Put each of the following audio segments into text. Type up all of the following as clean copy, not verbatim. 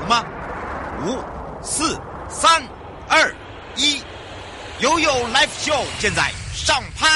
吗？5、4、3、2、1，悠悠 Live Show 现在上拍。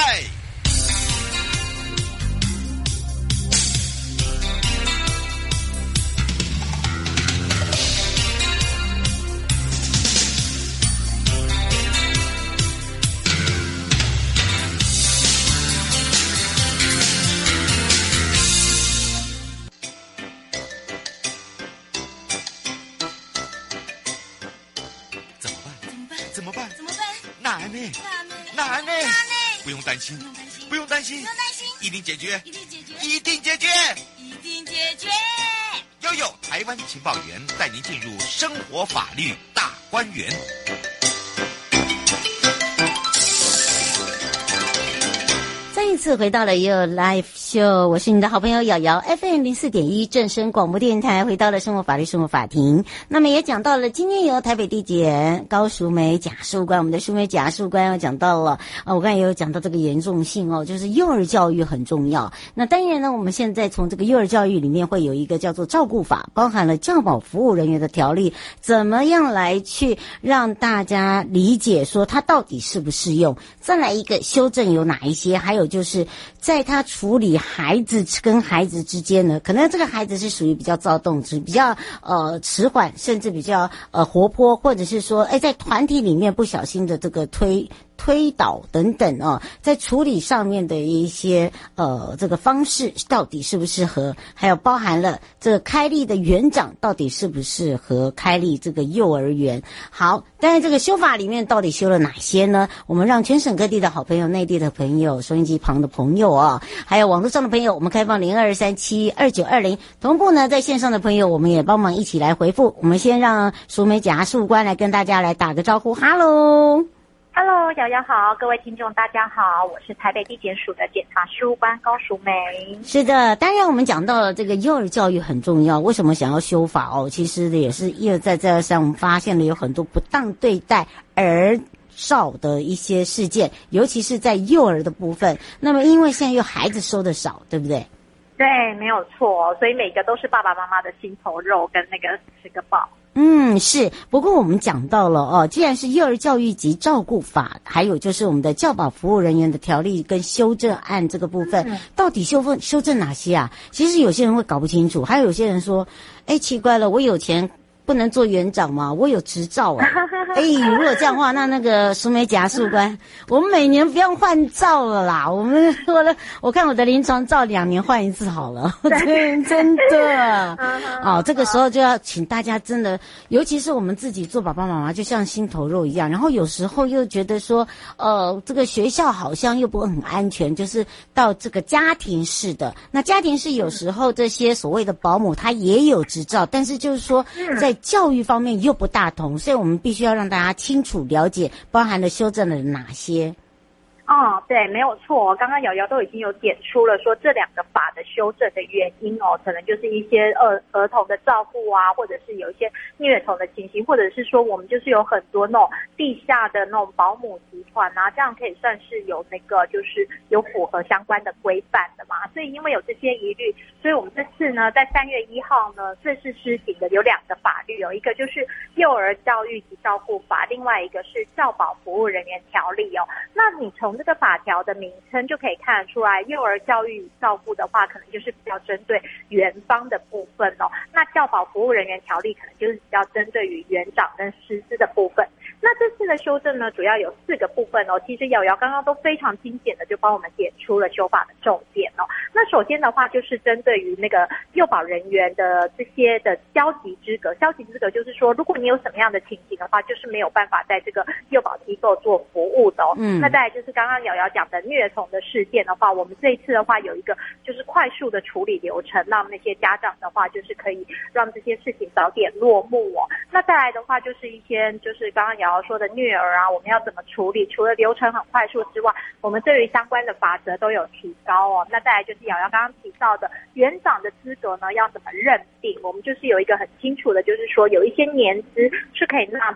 难呢？不用担心，不用担心，一定解决，一定解决。悠悠台湾情报员带您进入生活法律大观园。 再一次回到了悠悠 Live Show， 我是你的好朋友瑶瑶 FM 04.1正声广播电台，回到了生活法律生活法庭。那么也讲到了今天由台北地检高淑梅检察官，我们的淑梅检察官又讲到了我刚才也有讲到这个严重性就是幼儿教育很重要。那当然呢，我们现在从这个幼儿教育里面会有一个叫做照顾法，包含了教保服务人员的条例，怎么样来去让大家理解说它到底适不适用，再来一个修正有哪一些，还有就是在他处理孩子跟孩子之间呢，可能这个孩子是属于比较躁动，比较迟缓，甚至比较活泼，或者是说在团体里面不小心的这个推倒等等在处理上面的一些这个方式到底适不适合，还有包含了这个开立的园长到底适不适合开立这个幼儿园。好，但是这个修法里面到底修了哪些呢？我们让全省各地的好朋友、内地的朋友、收音机旁的朋友还有网络上的朋友，我们开放02372920，同步呢在线上的朋友我们也帮忙一起来回复。我们先让淑梅检察官来跟大家来打个招呼。 Hello， 瑶瑶好，各位听众大家好，我是台北地检署的检察官高淑梅。 是的，当然我们讲到了这个幼儿教育很重要，为什么想要修法其实也是一而再再而三，我们发现了有很多不当对待儿少的一些事件，尤其是在幼儿的部分。那么因为现在又孩子收的少，对不对？ 对，没有错，所以每个都是爸爸妈妈的心头肉跟那个吃个饱。 是。不过我们讲到了既然是幼儿教育及照顾法，还有就是我们的教保服务人员的条例跟修正案这个部分，到底修正哪些啊？其实有些人会搞不清楚，还有有些人说，奇怪了，我有钱不能做园长吗？我有执照如果这样的话，那个淑梅检察官，我们每年不用换照了啦。我看我的临床照2年换一次好了，真的这个时候就要请大家真的，尤其是我们自己做爸爸妈妈，就像心头肉一样。然后有时候又觉得说，这个学校好像又不会很安全，就是到这个家庭式的。那家庭式有时候这些所谓的保姆他也有执照，但是就是说在教育方面又不大同，所以我们必须要让大家清楚了解包含了修正了哪些。 对，没有错。刚刚瑶瑶都已经有点出了，说这2个法的修正的原因可能就是一些儿童的照顾或者是有一些虐童的情形，或者是说我们就是有很多那种地下的那种保姆集团这样可以算是有那个就是有符合相关的规范的嘛。所以因为有这些疑虑，所以我们这次呢在3月1号呢正式施行的有2个法律，有一个就是幼儿教育及照顾法，另外一个是教保服务人员条例那你从这个法条的名称就可以看得出来，幼儿教育与照顾的话可能就是比较针对园方的部分那教保服务人员条例可能就是比较针对于园长跟师资的部分。那这次的修正呢主要有4个部分其实瑶瑶刚刚都非常精简的就帮我们点出了修法的重点那首先的话就是针对于那个幼保人员的这些的消极资格就是说，如果你有什么样的情形的话，就是没有办法在这个幼保机构做服务的那再来就是刚刚瑶瑶讲的虐童的事件的话，我们这一次的话有一个就是快速的处理流程，让那些家长的话就是可以让这些事情早点落幕那再来的话就是一些就是刚刚瑶瑶说的虐儿我们要怎么处理，除了流程很快速之外，我们对于相关的法则都有提高那再来就是瑶瑶刚刚提到的园长的资格呢要怎么认定，我们就是有一个很清楚的，就是说有一些年资是可以纳入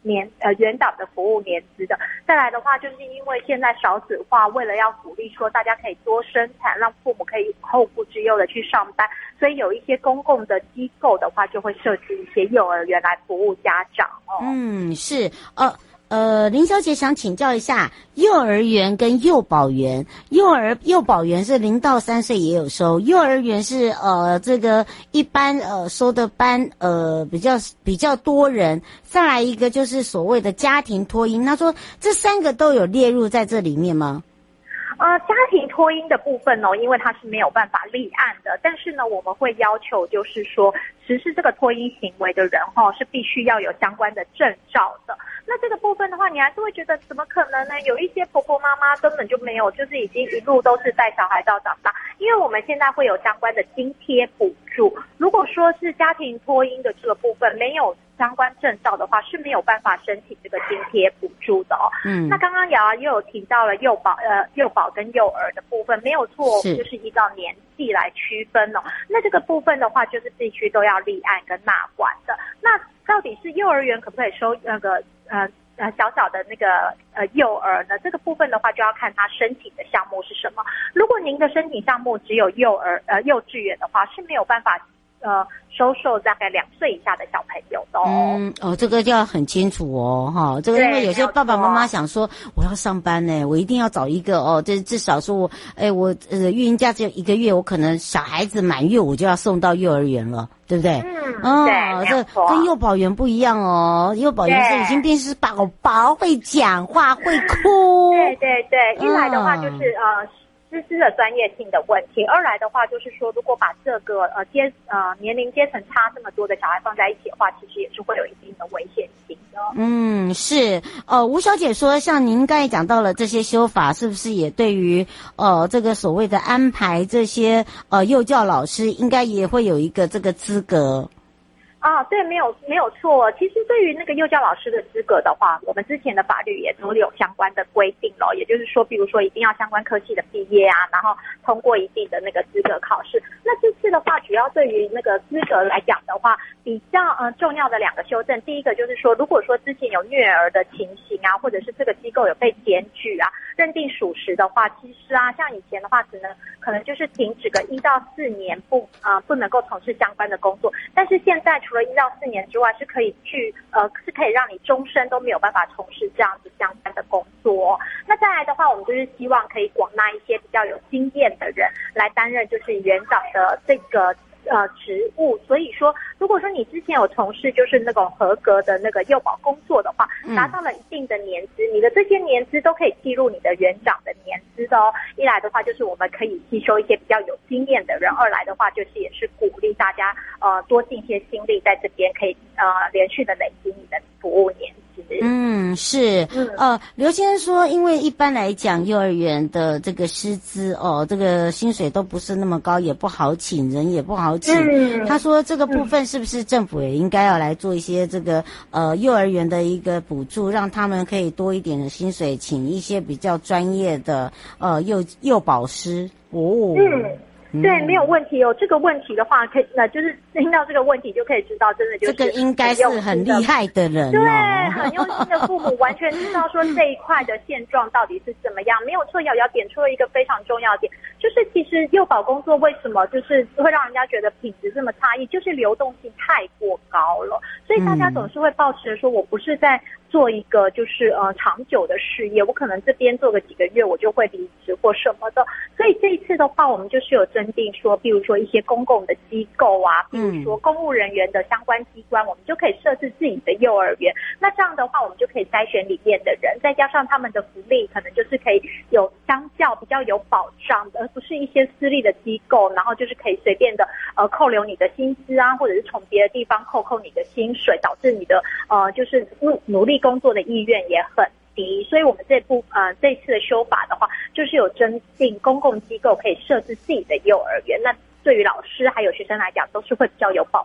园长的服务年资的。再来的话，就是因为现在少子化，为了要鼓励说大家可以多生产，让父母可以后顾之忧的去上班，所以有一些公共的机构的话，就会设置一些幼儿园来服务家长哦。 是林小姐想请教一下，幼儿园跟幼保园，幼保园是0到3岁也有收，幼儿园是这个一般收的班比较多人，再来一个就是所谓的家庭托婴，他说这3个都有列入在这里面吗？ 家庭托婴的部分因为它是没有办法立案的，但是呢，我们会要求就是说，实施这个托婴行为的人是必须要有相关的证照的。那这个部分的话，你还是会觉得怎么可能呢？有一些婆婆妈妈根本就没有，就是已经一路都是带小孩到长大，因为我们现在会有相关的津贴补助。如果说是家庭托婴的这个部分没有相关证照的话，是没有办法申请这个津贴补助的哦。那刚刚瑶瑶又有提到了幼保跟幼儿的部分，没有错，就是依照年纪来区分哦。那这个部分的话，就是必须都要立案跟纳管的。那到底是幼儿园可不可以收那个小小的那个幼儿呢？这个部分的话，就要看他申请的项目是什么。如果您的申请项目只有幼稚园的话，是没有办法收受大概2岁以下的小朋友的这个就要很清楚哈。这个因为有些爸爸妈妈想说，我要上班呢，我一定要找一个这至少说我育婴假只有1个月，我可能小孩子满月我就要送到幼儿园了，对不对？ 对， 这跟幼保园不一样哦。幼保园是已经变成是宝宝会讲话会哭。 对，一来的话就是师资的专业性的问题，二来的话就是说，如果把这个年龄阶层差这么多的小孩放在一起的话，其实也是会有一定的危险性的。 是吴小姐说，像您刚才讲到了这些修法，是不是也对于这个所谓的安排这些幼教老师，应该也会有一个这个资格？ 对，没有错。其实对于那个幼教老师的资格的话，我们之前的法律也都有相关的规定了。也就是说，比如说一定要相关科系的毕业啊，然后通过一定的那个资格考试。那这次的话，主要对于那个资格来讲的话，比较重要的2个修正。第一个就是说，如果说之前有虐儿的情形啊，或者是这个机构有被检举啊，认定属实的话，其实像以前的话，可能就是停止个1到4年不能够从事相关的工作。但是现在除了1到4年之外，是可以让你终身都没有办法从事这样子相关的工作。那再来的话，我们就是希望可以广纳一些比较有经验的人来担任就是园长的这个职务。所以说，如果说你之前有从事就是那种合格的那个幼保工作的话，达到了一定的年资，你的这些年资都可以记录你的园长的年资的哦。一来的话，就是我们可以吸收一些比较有经验的人；二来的话，就是也是鼓励大家多尽一些心力在这边，可以连续的累积你的服务年资。 是。刘先生说，因为一般来讲，幼儿园的这个师资这个薪水都不是那么高，也不好请人，也不好请。他说这个部分是不是政府也应该要来做一些这个幼儿园的一个补助，让他们可以多一点的薪水，请一些比较专业的幼保师对，没有问题。有这个问题的话，就是听到这个问题就可以知道，真的就是这个应该是很厉害的人对，很用心的父母完全知道说这一块的现状到底是怎么样。没有错，瑶瑶点出了一个非常重要的点，就是其实幼保工作为什么就是会让人家觉得品质这么差异，就是流动性太过高了。所以大家总是会抱持说，我不是在做一个就是长久的事业，我可能这边做个几个月我就会离职或什么的。所以这一次的话，我们就是有增订说，比如说一些公共的机构啊，比如说公务人员的相关机关，我们就可以设置自己的幼儿园。那这样的话，我们就可以筛选里面的人，再加上他们的福利，可能就是可以有相较比较有保障的，而不是一些私立的机构，然后就是可以随便的扣留你的薪资啊，或者是从别的地方扣你的薪水，导致你的就是努力工作的意愿也很低。所以我们这次的修法的话，就是有增订公共机构可以设置自己的幼儿园，那对于老师还有学生来讲都是会比较有保障的。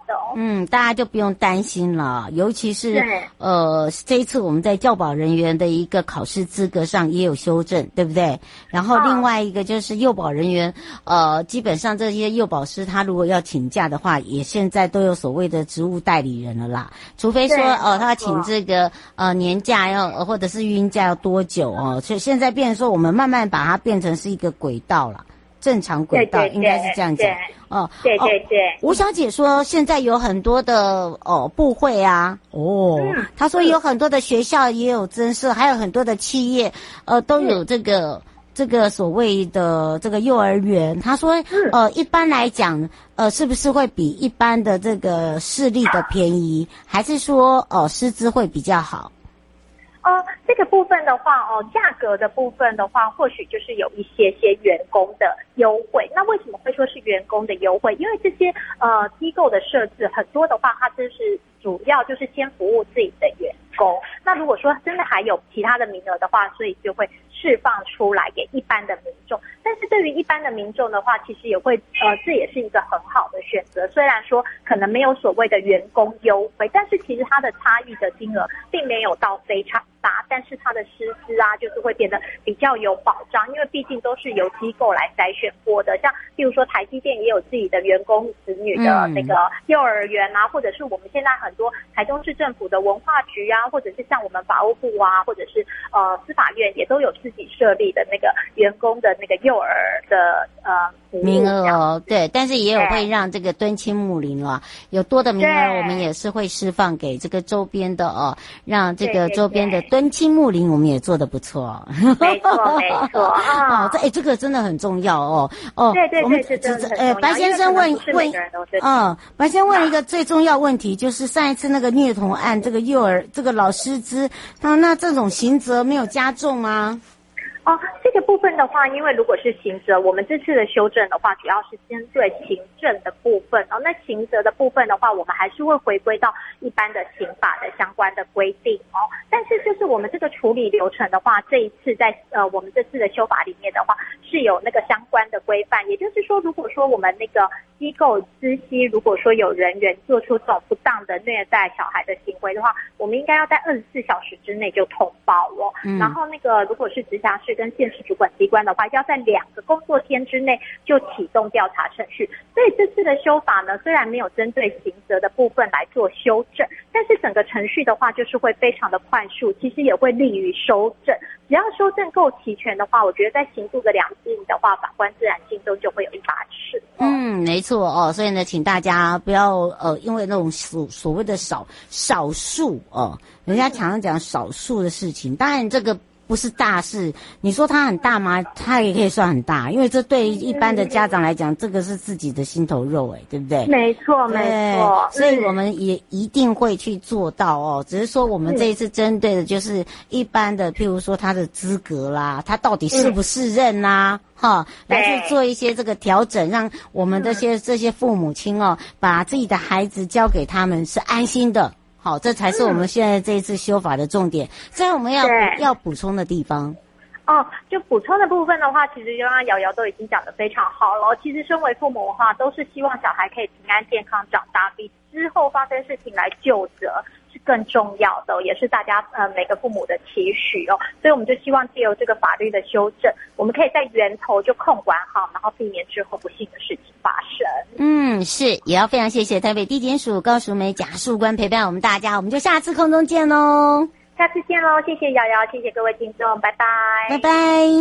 的哦。 大家就不用担心了，尤其是这一次我们在教保人员的一个考试资格上也有修正，对不对？然后另外一个就是幼保人员，基本上这些幼保师他如果要请假的话，也现在都有所谓的职务代理人了啦，除非说他请这个年假要或者是育婴假要多久哦，所以现在变成说我们慢慢把它变成是一个轨道了。正常轨道应该是这样讲对。 吴小姐说现在有很多的部会啊，她说有很多的学校也有增设，还有很多的企业都有这个所谓的这个幼儿园。她说一般来讲是不是会比一般的这个市立的便宜，还是说师资会比较好？ 这个部分的话价格的部分的话，或许就是有一些员工的优惠。那为什么会说是员工的优惠？因为这些机构的设置很多的话，它就是主要就是先服务自己的员工。那如果说真的还有其他的名额的话，所以就会释放出来给一般的民众。但是对于一般的民众的话，其实也会这也是一个很好的选择。虽然说可能没有所谓的员工优惠，但是其实它的差异的金额并没有到非常大，但是它的师资啊就是会变得比较有保障，因为毕竟都是由机构来筛选过的。像比如说台积电也有自己的员工子女的那个幼儿园啊，或者是我们现在很多台中市政府的文化局啊，或者是像我们法务部啊，或者是司法院也都有自己设立的那个员工的那个幼儿的名额对，但是也有会让这个敦亲睦邻了，有多的名额我们也是会释放给这个周边的让这个周边的敦亲睦邻我们也做得不错。 没错这个真的很重要对， 我们是真的很重要。 白先生问白先生问一个最重要问题，就是上一次那个虐童案，这个幼儿这个老师资，那这种刑责没有加重吗？ 这个部分的话，因为如果是刑责，我们这次的修正的话，主要是针对行政的部分那刑责的部分的话，我们还是会回归到一般的刑法的相关的规定但是就是我们这个处理流程的话，这一次在我们这次的修法里面的话，是有那个相关的规范。也就是说，如果说我们那个机构知悉，如果说有人员做出这种不当的虐待小孩的行为的话，我们应该要在24小时之内就通报然后那个如果是直辖市跟县市主管机关的话，要在2个工作天之内就启动调查程序。所以这次的修法呢，虽然没有针对刑责的部分来做修正，但是整个程序的话就是会非常的快速，其实也会利于收证。只要收证够齐全的话，我觉得在刑度的两性的话，法官自然心中就会有一把尺。 没错所以呢，请大家不要因为那种所谓的少数人家常常讲少数的事情，当然这个不是大事，你说它很大吗？它也可以算很大，因为这对一般的家长来讲，这个是自己的心头肉对不对？ 没错所以我们也一定会去做到只是说我们这一次针对的就是一般的譬如说他的资格啦，他到底是不是任啦来去做一些这个调整，让我们这些父母亲把自己的孩子交给他们是安心的。好，这才是我们现在这一次修法的重点。所以我们要补充的地方就补充的部分的话，其实刚刚瑶瑶都已经讲得非常好了。其实身为父母的话，都是希望小孩可以平安健康长大，比之后发生事情来究责是更重要的，也是大家每个父母的期许所以我们就希望藉由这个法律的修正，我们可以在源头就控管好，然后避免之后不幸的事情发生。 是，也要非常谢谢台北地检署高淑梅检察官陪伴我们大家，我们就下次空中见喽。 下次见喽，谢谢瑶瑶，谢谢各位听众，拜拜， 拜拜。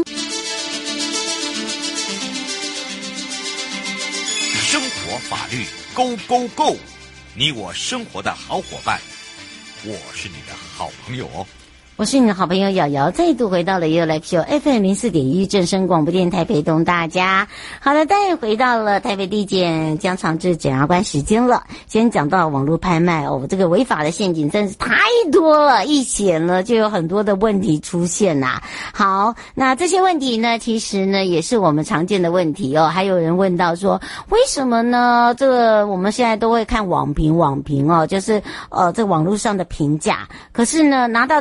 生活法律 Go Go Go， 你我生活的好伙伴，我是你的好朋友我是你的好朋友瑶瑶，再度回到了悠悠 Live Show FM 04.1正声广播电台，陪同大家。好了，当然回到了台北地检江长治检察官时间了。先讲到网络拍卖这个违法的陷阱真是太多了，一写呢就有很多的问题出现呐。好，那这些问题呢，其实呢也是我们常见的问题还有人问到说，为什么呢？这个我们现在都会看网评就是这网络上的评价，可是呢拿到的东西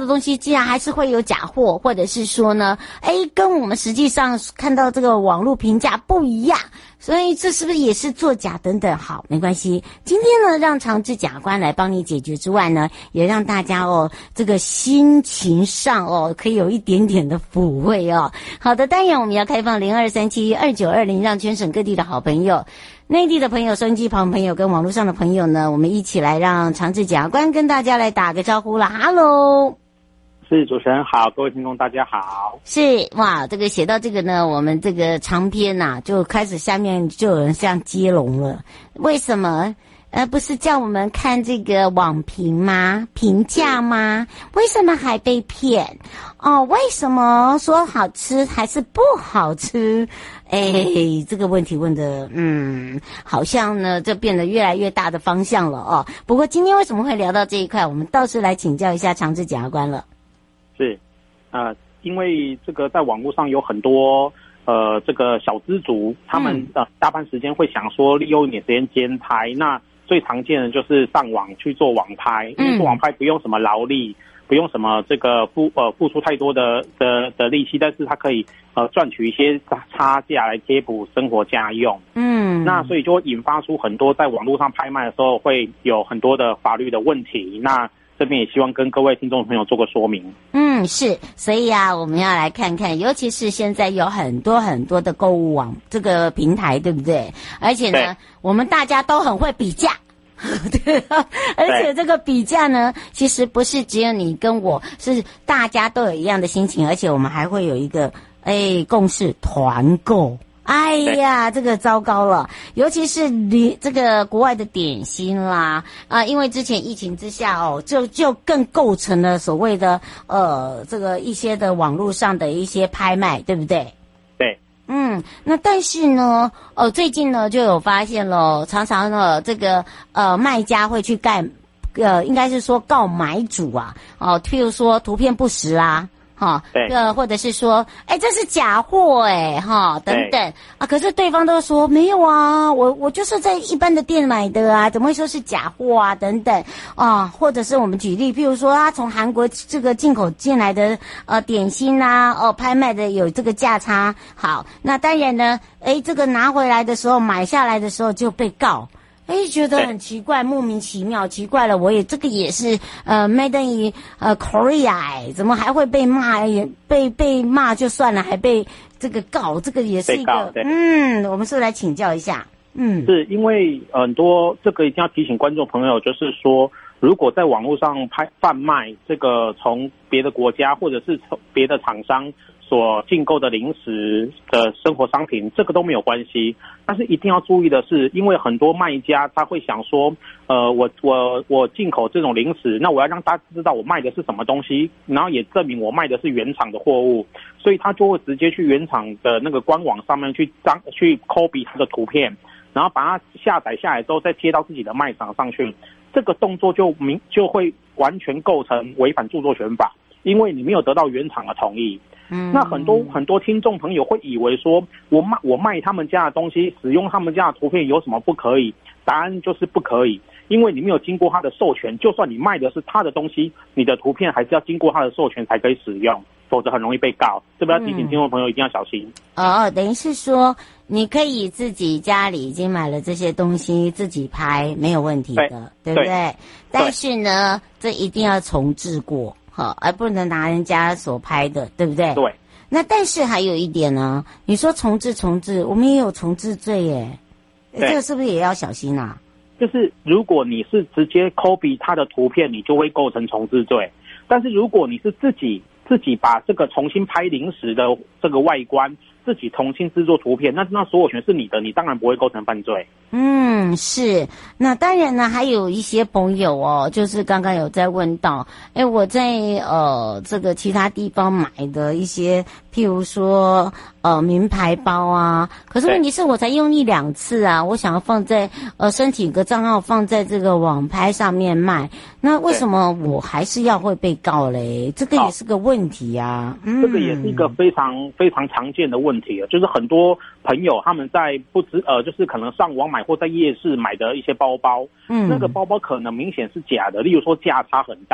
既然还是会有假货，或者是说呢，跟我们实际上看到这个网络评价不一样，所以这是不是也是作假等等？好，没关系。今天呢，让长治检察官来帮你解决之外呢，也让大家这个心情上可以有一点点的抚慰哦。好的，当然我们要开放02372920，让全省各地的好朋友。内地的朋友、收音机旁朋友跟网络上的朋友呢，我们一起来让长治检察官跟大家来打个招呼了。Hello， 是主持人好，各位听众大家好。 是哇，这个写到这个呢，我们这个长篇就开始下面就有人像接龙了。为什么？不是叫我们看这个网评吗？评价吗？为什么还被骗？为什么说好吃还是不好吃？这个问题问的，好像呢，这变得越来越大的方向了哦。不过今天为什么会聊到这一块，我们倒是来请教一下长治检察官了。 是，因为这个在网络上有很多这个小资族，他们下班时间会想说利用一点时间兼拍，那最常见的就是上网去做网拍，因为做网拍不用什么劳力，不用什么这个付出太多的力气，但是它可以赚取一些差价来贴补生活家用。那所以就会引发出很多在网络上拍卖的时候会有很多的法律的问题。那这边也希望跟各位听众朋友做个说明。 是，所以我们要来看看，尤其是现在有很多很多的购物网这个平台，对不对？而且呢，我们大家都很会比价。对啊，而且这个比价呢，其实不是只有你跟我，是大家都有一样的心情，而且我们还会有一个共识团购。哎呀，这个糟糕了，尤其是这个国外的点心啦，因为之前疫情之下就更构成了所谓的这个一些的网络上的一些拍卖，对不对？ 对。 那但是呢，最近呢就有发现了，常常呢这个卖家会去应该是说告买主譬如说图片不实啊。对，或者是说，这是假货等等可是对方都说没有啊，我就是在一般的店买的啊，怎么会说是假货啊？等等或者是我们举例，譬如说他从韩国这个进口进来的点心啊，拍卖的有这个价差，好，那当然呢，这个拿回来的时候买下来的时候就被告。觉得很奇怪，莫名其妙，奇怪了，这个也是made in Korea 怎么还会被骂？被骂就算了，还被这个告，这个也是一个我们是来请教一下。 是因为很多这个一定要提醒观众朋友，就是说，如果在网络上贩卖这个从别的国家或者是从别的厂商所进购的零食的生活商品，这个都没有关系。但是一定要注意的是，因为很多卖家他会想说，我进口这种零食，那我要让大家知道我卖的是什么东西，然后也证明我卖的是原厂的货物，所以他就会直接去原厂的那个官网上面去copy 他的图片，然后把它下载下来之后再贴到自己的卖场上去。这个动作就会完全构成违反著作权法，因为你没有得到原厂的同意。那很多听众朋友会以为说，我卖他们家的东西，使用他们家的图片有什么不可以？答案就是不可以，因为你没有经过他的授权，就算你卖的是他的东西，你的图片还是要经过他的授权才可以使用，否则很容易被告。这边要提醒听众朋友一定要小心。 等于是说，你可以自己家里已经买了这些东西，自己拍没有问题的，对不对？但是呢，这一定要重制过。而不能拿人家所拍的，对不对？对。那但是还有一点呢，你说重制，我们也有重制罪耶，这个是不是也要小心啊？ 就是如果你是直接 copy 他的图片，你就会构成重制罪。但是如果你是自己把这个重新拍零食的这个外观，自己重新制作图片，那所有权是你的，你当然不会构成犯罪。 是。那当然呢，还有一些朋友就是刚刚有在问到，我在这个其他地方买的一些，譬如说名牌包啊，可是问题是我才用1-2次啊，我想要放在申请个账号放在这个网拍上面卖，那为什么我还是要会被告嘞？这个也是个问题啊。 这个也是一个非常非常常见的问题，就是很多朋友他们在就是可能上网买或在夜市买的一些包包，那个包包可能明显是假的，例如说价差很大，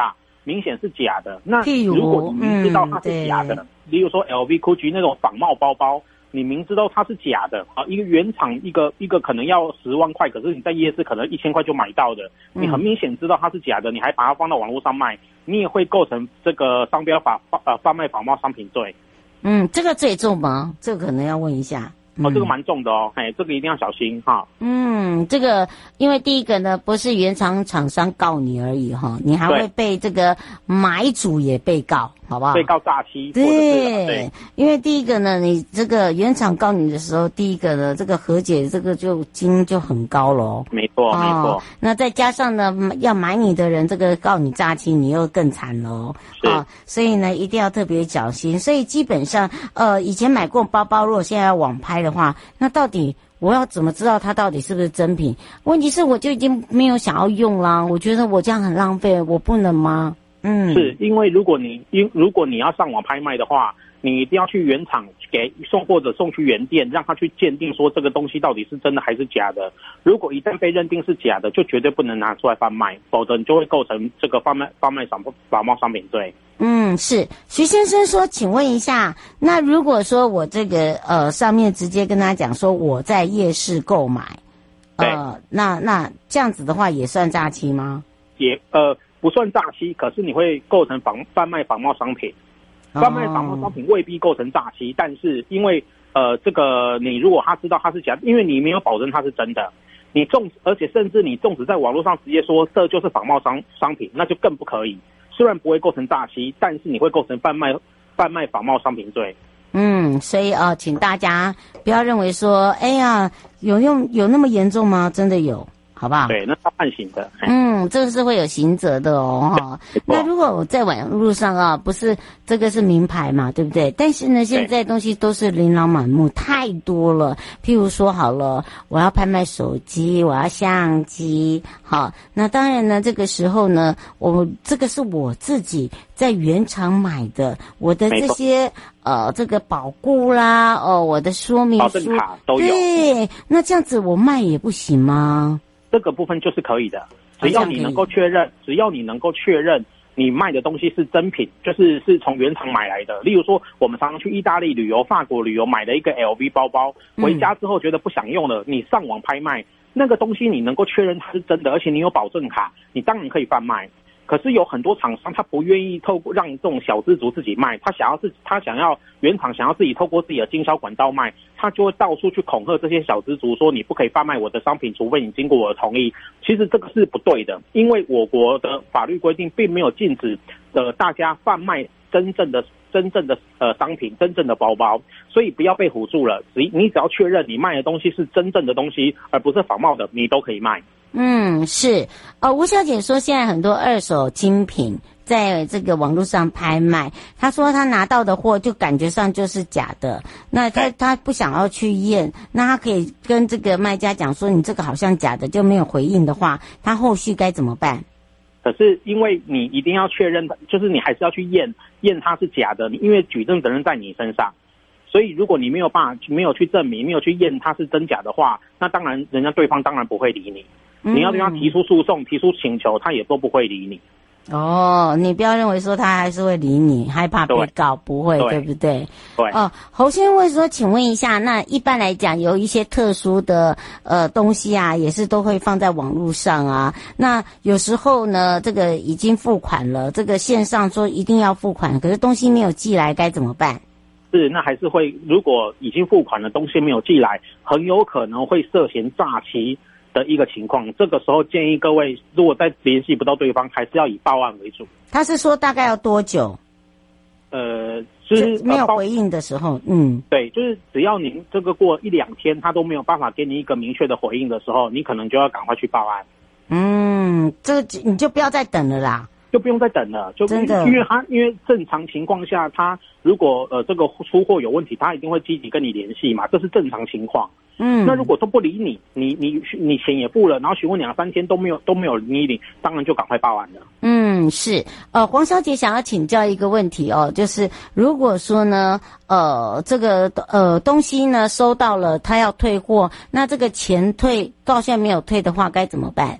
明显是假的。那譬如如果你明知道它是假的，例如说 LV、GUCCI 那种仿冒包包，你明知道它是假的啊，一个原厂一个可能要10万块，可是你在夜市可能1000块就买到的，你很明显知道它是假的，你还把它放到网络上卖，你也会构成这个商标法贩卖仿冒商品罪。 这个最重吗？这个可能要问一下。 这个蛮重的哦，这个一定要小心哈。 这个因为第一个呢，不是原厂厂商告你而已哈，你还会被这个买主也被告，好不好？ 被告诈欺。 对，因为第一个呢，你这个原厂告你的时候，第一个呢，这个和解这个金就很高咯。 没错，没错。 那再加上呢，要买你的人这个告你诈欺，你又更惨咯。所以呢，一定要特别小心。所以基本上，以前买过包包，如果现在要网拍的话，那到底我要怎么知道它到底是不是真品？问题是我就已经没有想要用啦，我觉得我这样很浪费，我不能吗？ 是因为如果你要上网拍卖的话，你一定要去原厂或者送去原店，让他去鉴定说这个东西到底是真的还是假的。如果一旦被认定是假的，就绝对不能拿出来贩卖，否则你就会构成这个贩卖仿冒商品罪。 是徐先生说，请问一下，那如果说我这个上面直接跟他讲说我在夜市购买，那这样子的话也算诈欺吗？ 也不算诈欺，可是你会构成贩卖仿冒商品。贩卖仿冒商品未必构成诈欺，但是因为这个你如果他知道他是假的，因为你没有保证他是真的，而且甚至你纵使在网络上直接说这就是仿冒商品，那就更不可以。虽然不会构成诈欺，但是你会构成贩卖仿冒商品罪。 所以请大家不要认为说，哎呀，有那么严重吗？真的有。好不好？ 对，那是判刑的。 这个是会有刑责的哦。那如果我在网络上不是这个是名牌嘛，对不对？但是呢，现在东西都是琳琅满目，太多了。譬如说好了，我要拍卖手机，我要相机，好，那当然呢，这个时候呢，这个是我自己在原厂买的，我的这些这个保固啦，我的说明书，保证卡都有。对，那这样子我卖也不行吗？ 这个部分就是可以的，只要你能够确认你卖的东西是真品，就是从原厂买来的。例如说，我们常常去意大利旅游、法国旅游，买了一个 LV 包包，回家之后觉得不想用了，你上网拍卖那个东西，你能够确认它是真的，而且你有保证卡，你当然可以贩卖。可是有很多厂商他不愿意让这种小资族自己卖，他想要原厂想要自己透过自己的经销管道卖，他就会到处去恐吓这些小资族说你不可以贩卖我的商品，除非你经过我的同意。其实这个是不对的，因为我国的法律规定并没有禁止大家贩卖真正的商品，真正的包包，所以不要被唬住了。你只要确认你卖的东西是真正的东西，而不是仿冒的，你都可以卖。 是吴小姐说现在很多二手精品在这个网络上拍卖，她说她拿到的货就感觉上就是假的，那她不想要去验，那她可以跟这个卖家讲说你这个好像假的，就没有回应的话，她后续该怎么办？ 可是因为你一定要确认，就是你还是要去验它是假的，因为举证责任在你身上。所以如果你没有去证明，没有去验它是真假的话，那当然对方当然不会理你。你要对他提出诉讼、提出请求，他也都不会理你。 你不要认为说他还是会理你，害怕被告，不会，对不对？ 对。 侯先生会说，请问一下，那一般来讲，有一些特殊的东西啊，也是都会放在网络上啊。那有时候呢，这个已经付款了，这个线上说一定要付款，可是东西没有寄来，该怎么办？ 是，那还是会，如果已经付款了，东西没有寄来，很有可能会涉嫌诈欺的一个情况。这个时候建议各位，如果再联系不到对方，还是要以报案为主。 他是说大概要多久？ 就是没有回应的时候， 对，就是只要您这个过1-2天，他都没有办法给你一个明确的回应的时候，你可能就要赶快去报案。 这个你就不要再等了啦。 就不用再等了，就真的，因为正常情况下，他如果这个出货有问题，他一定会积极跟你联系嘛，这是正常情况。那如果都不理你钱也付了，然后询问2-3天都没有理你，当然就赶快报案了。 是。黄小姐想要请教一个问题就是如果说呢，这个东西呢收到了，他要退货，那这个钱到现在没有退的话，该怎么办？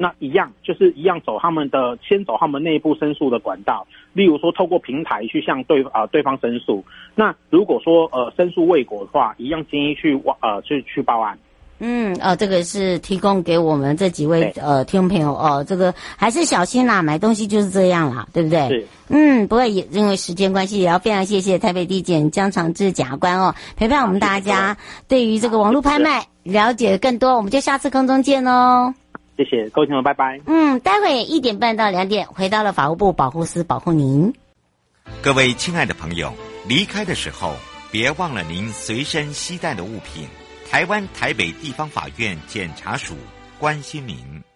那一样先走他们内部申诉的管道，例如说透过平台去向对方申诉。那如果说申诉未果的话，一样建议去报案。 这个是提供给我们这几位听众朋友这个还是小心啦，买东西就是这样啦，对不对？ 是。 不过也因为时间关系，也要非常谢谢台北地检江长志检察官陪伴我们大家对于这个网络拍卖了解更多，我们就下次空中见哦。 谢谢各位听众，拜拜。 待会1点半到2点回到了法务部保护司保护您。 各位亲爱的朋友，离开的时候别忘了您随身携带的物品。台湾台北地方法院检察署关心您。